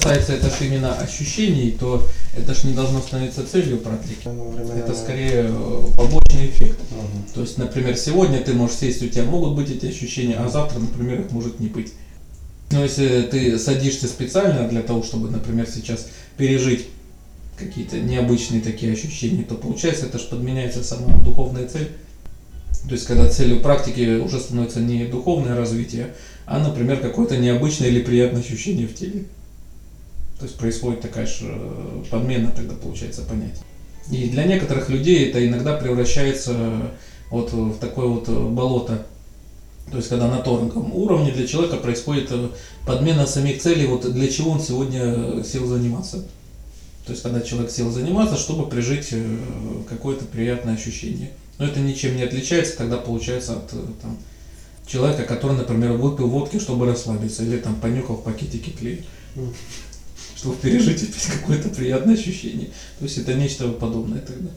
касается это ж именно ощущений, то это ж не должно становиться целью практики. Это скорее побочный эффект. То есть, например, сегодня ты можешь сесть, у тебя могут быть эти ощущения, а завтра, например, их может не быть. Но если ты садишься специально для того, чтобы, например, сейчас пережить какие-то необычные такие ощущения, то получается, это же подменяется сама духовная цель. То есть, когда целью практики уже становится не духовное развитие, а, например, какое-то необычное или приятное ощущение в теле. То есть происходит такая же подмена тогда получается понятий. И для некоторых людей это иногда превращается вот в такое вот болото. То есть когда на тонком уровне для человека происходит подмена самих целей, вот для чего он сегодня сел заниматься. То есть когда человек сел заниматься, чтобы прижить какое-то приятное ощущение. Но это ничем не отличается тогда получается от там, человека, который, например, выпил водки, чтобы расслабиться, или там понюхал в пакетике клей, чтобы пережить опять какое-то приятное ощущение. То есть это нечто подобное тогда.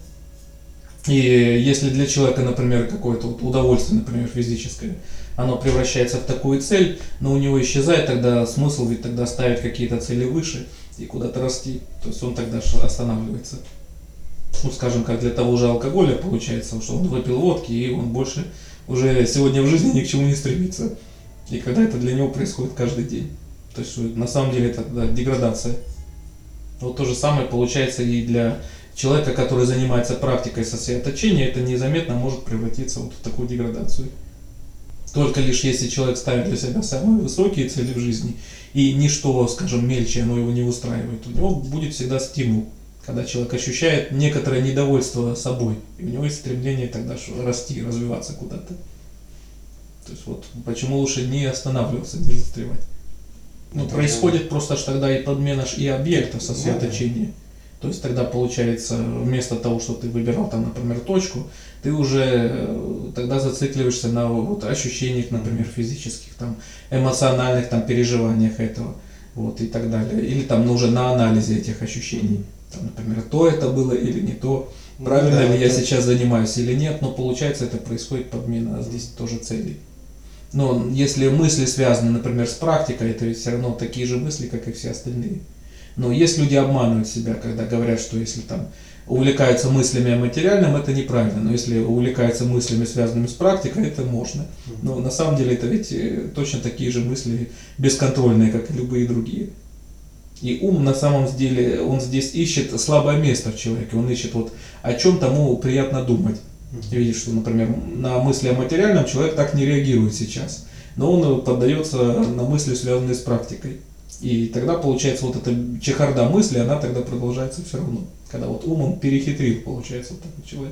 И если для человека, например, какое-то вот удовольствие, например, физическое, оно превращается в такую цель, но у него исчезает тогда смысл, ведь тогда ставить какие-то цели выше и куда-то расти. То есть он тогда останавливается. Ну, скажем, как для того же алкоголя получается, что он выпил водки, и он больше уже сегодня в жизни ни к чему не стремится. И когда это для него происходит каждый день. То есть на самом деле это деградация. Вот то же самое получается и для человека, который занимается практикой сосредоточения, это незаметно может превратиться вот в такую деградацию. Только лишь если человек ставит для себя самые высокие цели в жизни, и ничто, скажем, мельче, оно его не устраивает, у него будет всегда стимул. Когда человек ощущает некоторое недовольство собой, и у него есть стремление тогда расти, развиваться куда-то. То есть вот почему лучше не останавливаться, не застревать. Ну, происходит просто ж тогда и подмена и объекта сосредоточения. То есть тогда получается, вместо того, что ты выбирал там, например, точку, ты уже тогда зацикливаешься на вот ощущениях, например, физических, там, эмоциональных там, переживаниях этого, вот, и так далее. Или там уже на анализе этих ощущений. Там, например, то это было или не то, правильно ли я сейчас занимаюсь или нет, но получается это происходит подмена здесь тоже целей. Но если мысли связаны, например, с практикой, это ведь все равно такие же мысли, как и все остальные. Но есть люди обманывают себя, когда говорят, что если там увлекаются мыслями о материальном, это неправильно. Но если увлекаются мыслями, связанными с практикой, это можно. Но на самом деле это ведь точно такие же мысли бесконтрольные, как и любые другие. И ум на самом деле, он здесь ищет слабое место в человеке, он ищет вот о чем тому приятно думать. Видишь, что, например, на мысли о материальном человек так не реагирует сейчас, но он поддается на мысли, связанные с практикой. И тогда получается вот эта чехарда мысли, она тогда продолжается все равно. Когда вот ум он перехитрил, получается, вот такой человек.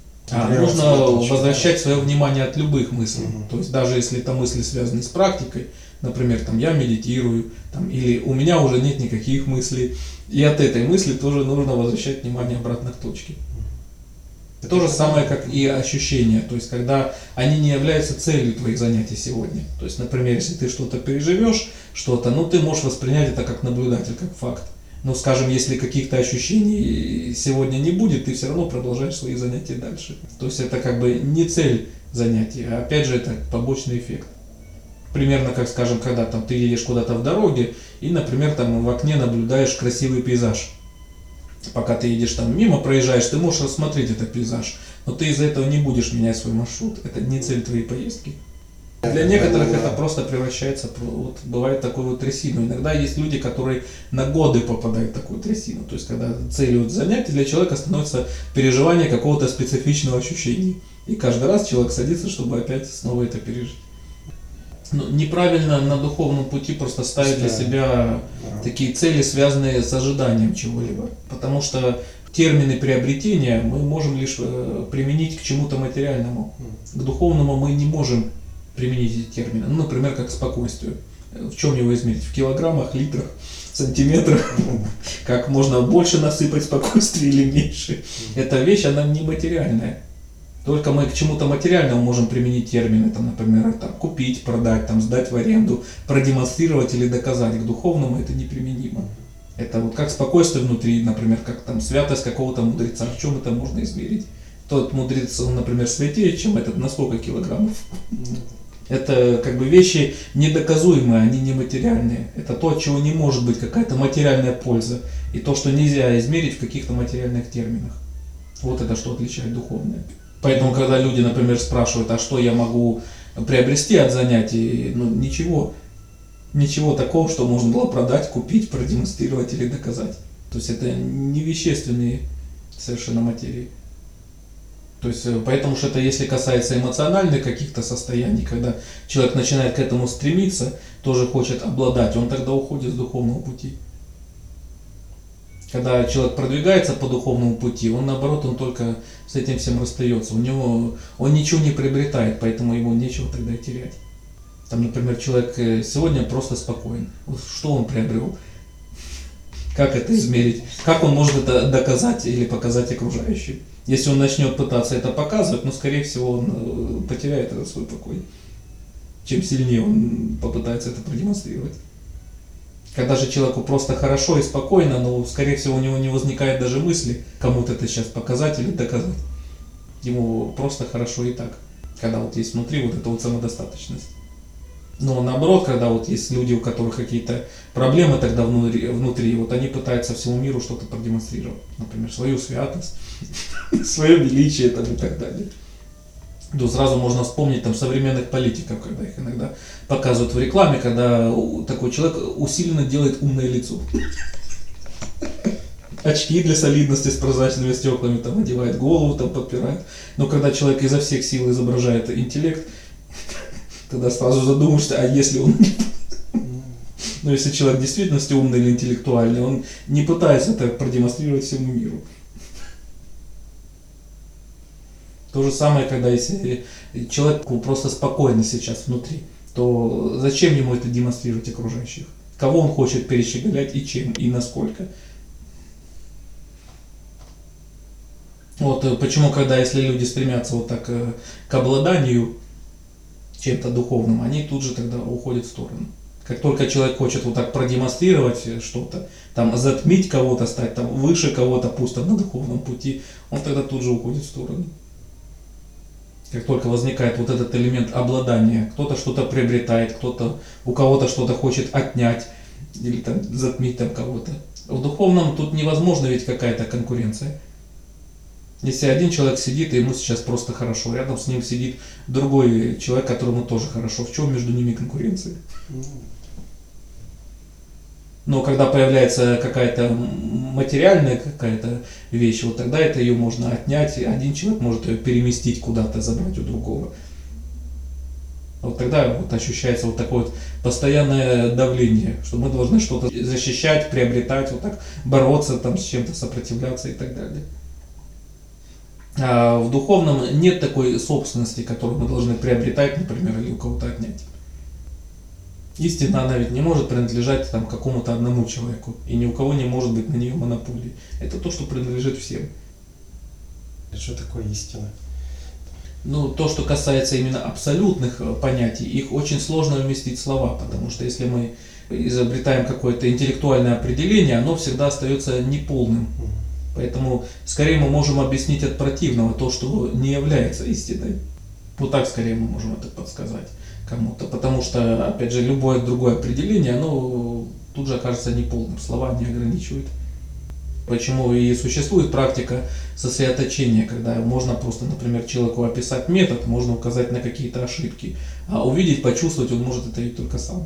Нужно возвращать свое внимание от любых мыслей. То есть даже если это мысли, связанные с практикой, например, там я медитирую, там, или у меня уже нет никаких мыслей, и от этой мысли тоже нужно возвращать внимание обратно к точке. То же самое, как и ощущения, то есть когда они не являются целью твоих занятий сегодня. То есть, например, если ты что-то переживешь, что-то, ну ты можешь воспринять это как наблюдатель, как факт. Но, скажем, если каких-то ощущений сегодня не будет, ты все равно продолжаешь свои занятия дальше. То есть это как бы не цель занятия, а опять же это побочный эффект. Примерно как, скажем, когда там ты едешь куда-то в дороге и, например, там в окне наблюдаешь красивый пейзаж. Пока ты едешь там мимо, проезжаешь, ты можешь рассмотреть этот пейзаж, но ты из-за этого не будешь менять свой маршрут. Это не цель твоей поездки. Для некоторых это просто превращается, вот бывает такой вот трясину. Иногда есть люди, которые на годы попадают в такую трясину. То есть когда целью занятия для человека становится переживание какого-то специфичного ощущения. И каждый раз человек садится, чтобы опять снова это пережить. Ну, неправильно на духовном пути просто ставить для себя такие цели, связанные с ожиданием чего-либо. Потому что термины приобретения мы можем лишь применить к чему-то материальному. К духовному мы не можем применить эти термины. Ну, например, как к спокойствию. В чем его измерить? В килограммах, литрах, сантиметрах? Как можно больше насыпать спокойствие или меньше? Эта вещь, она не материальная. Только мы к чему-то материальному можем применить термины, там, например, там, купить, продать, там, сдать в аренду, продемонстрировать или доказать. К духовному это неприменимо. Это вот как спокойствие внутри, например, как там святость какого-то мудреца. В чем это можно измерить? Тот мудрец, он, например, святее, чем этот на сколько килограммов. Это как бы вещи недоказуемые, они нематериальные. Это то, от чего не может быть какая-то материальная польза. И то, что нельзя измерить в каких-то материальных терминах. Вот это что отличает духовное. Поэтому, когда люди, например, спрашивают, а что я могу приобрести от занятий, ну ничего. Ничего такого, что можно было продать, купить, продемонстрировать или доказать. То есть это не вещественные совершенно материи. То есть, поэтому что это, если касается эмоциональных каких-то состояний, когда человек начинает к этому стремиться, тоже хочет обладать, он тогда уходит с духовного пути. Когда человек продвигается по духовному пути, он наоборот, он только с этим всем расстается. Он ничего не приобретает, поэтому ему нечего тогда терять. Там, например, человек сегодня просто спокоен. Что он приобрел? Как это измерить? Как он может это доказать или показать окружающим? Если он начнет пытаться это показывать, скорее всего, он потеряет этот свой покой. Чем сильнее он попытается это продемонстрировать. Когда же человеку просто хорошо и спокойно, но, скорее всего, у него не возникает даже мысли кому-то это сейчас показать или доказать. Ему просто хорошо и так. Когда вот есть внутри вот эта вот самодостаточность. Но наоборот, когда вот есть люди, у которых какие-то проблемы тогда внутри, вот они пытаются всему миру что-то продемонстрировать. Например, свою святость, свое величие там, и так далее. То сразу можно вспомнить там современных политиков, когда их иногда показывают в рекламе, когда такой человек усиленно делает умное лицо. Очки для солидности с прозрачными стеклами, там одевает голову, там подпирает. Но когда человек изо всех сил изображает интеллект, тогда сразу задумаешься, а если он... Ну, если человек действительно умный или интеллектуальный, он не пытается это продемонстрировать всему миру. То же самое, когда если человеку просто спокойно сейчас внутри, то зачем ему это демонстрировать окружающих? Кого он хочет перещеголять и чем, и насколько? Вот почему, когда если люди стремятся вот так к обладанию чем-то духовным, они тут же тогда уходят в сторону. Как только человек хочет вот так продемонстрировать что-то, там затмить кого-то, стать там выше кого-то, пусть там на духовном пути, он тогда тут же уходит в сторону. Как только возникает вот этот элемент обладания, кто-то что-то приобретает, кто-то у кого-то что-то хочет отнять или там затмить там кого-то. В духовном тут невозможно ведь какая-то конкуренция. Если один человек сидит, и ему сейчас просто хорошо, рядом с ним сидит другой человек, которому тоже хорошо. В чем между ними конкуренция? Но когда появляется какая-то материальная какая-то вещь, вот тогда это ее можно отнять, и один человек может ее переместить куда-то, забрать у другого. Вот тогда вот ощущается вот такое вот постоянное давление, что мы должны что-то защищать, приобретать, вот так бороться там с чем-то, сопротивляться и так далее. А в духовном нет такой собственности, которую мы должны приобретать, например, или у кого-то отнять. Истина, она ведь не может принадлежать там какому-то одному человеку, и ни у кого не может быть на нее монополии. Это то, что принадлежит всем. Что такое истина? Ну, то, что касается именно абсолютных понятий, их очень сложно вместить в слова, потому что если мы изобретаем какое-то интеллектуальное определение, оно всегда остается неполным. Поэтому скорее мы можем объяснить от противного то, что не является истиной. Вот так скорее мы можем это подсказать кому-то. Потому что, опять же, любое другое определение, оно тут же окажется неполным. Слова не ограничивают. Почему и существует практика сосредоточения, когда можно просто, например, человеку описать метод, можно указать на какие-то ошибки, а увидеть, почувствовать он может это и только сам.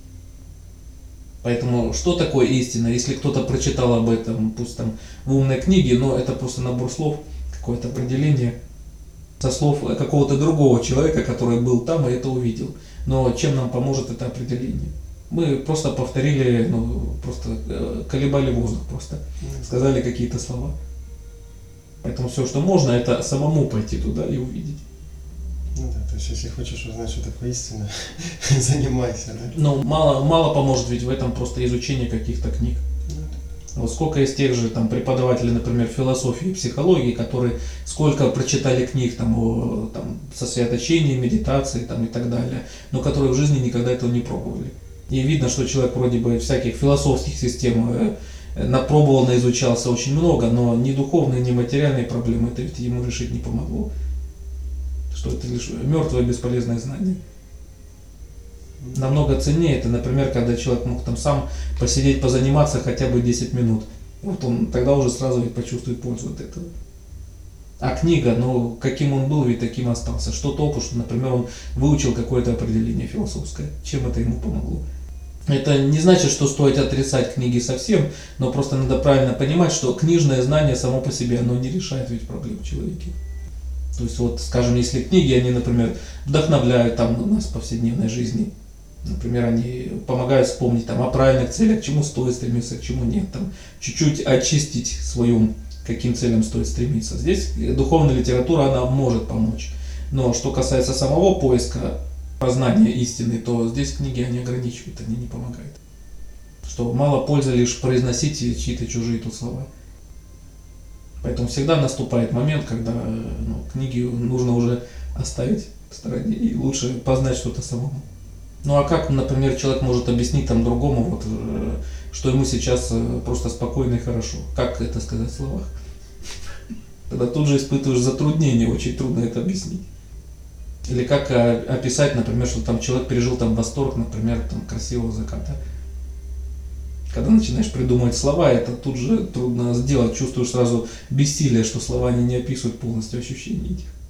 Поэтому что такое истина? Если кто-то прочитал об этом, пусть там в умной книге, но это просто набор слов, какое-то определение со слов какого-то другого человека, который был там и это увидел. Но чем нам поможет это определение? Мы просто повторили, просто колебали воздух, просто сказали какие-то слова. Поэтому все, что можно, это самому пойти туда и увидеть. Ну да, то есть если хочешь узнать, что такое истина, занимайся, да? Но мало поможет ведь в этом просто изучение каких-то книг. Вот сколько из тех же там преподавателей, например, философии и психологии, которые сколько прочитали книг там, о сосредоточении, медитации там, и так далее, но которые в жизни никогда этого не пробовали. И видно, что человек вроде бы всяких философских систем напробовал, наизучался очень много, но ни духовные, ни материальные проблемы это ведь ему решить не помогло. Что это лишь мертвое бесполезное знание. Намного ценнее это, например, когда человек мог там сам посидеть, позаниматься хотя бы 10 минут. Вот он тогда уже сразу ведь почувствует пользу от этого. А книга, ну, каким он был, ведь таким остался. Что толку, что, например, он выучил какое-то определение философское. Чем это ему помогло? Это не значит, что стоит отрицать книги совсем, но просто надо правильно понимать, что книжное знание само по себе, оно не решает ведь проблем в человеке. То есть, вот, скажем, если книги, они, например, вдохновляют там нас в повседневной жизни, например, они помогают вспомнить там о правильных целях, к чему стоит стремиться, к чему нет, там, чуть-чуть очистить свой ум, к каким целям стоит стремиться. Здесь духовная литература, она может помочь. Но что касается самого поиска познания истины, то здесь книги, они ограничивают, они не помогают. Что мало пользы лишь произносить чьи-то чужие тут слова. Поэтому всегда наступает момент, когда книги нужно уже оставить в стороне и лучше познать что-то самому. Ну а как, например, человек может объяснить там другому, вот, что ему сейчас просто спокойно и хорошо? Как это сказать в словах? Тогда тут же испытываешь затруднение, очень трудно это объяснить. Или как описать, например, что там человек пережил там восторг, например, там красивого заката. Когда начинаешь придумывать слова, это тут же трудно сделать, чувствуешь сразу бессилие, что слова они не описывают полностью ощущений этих.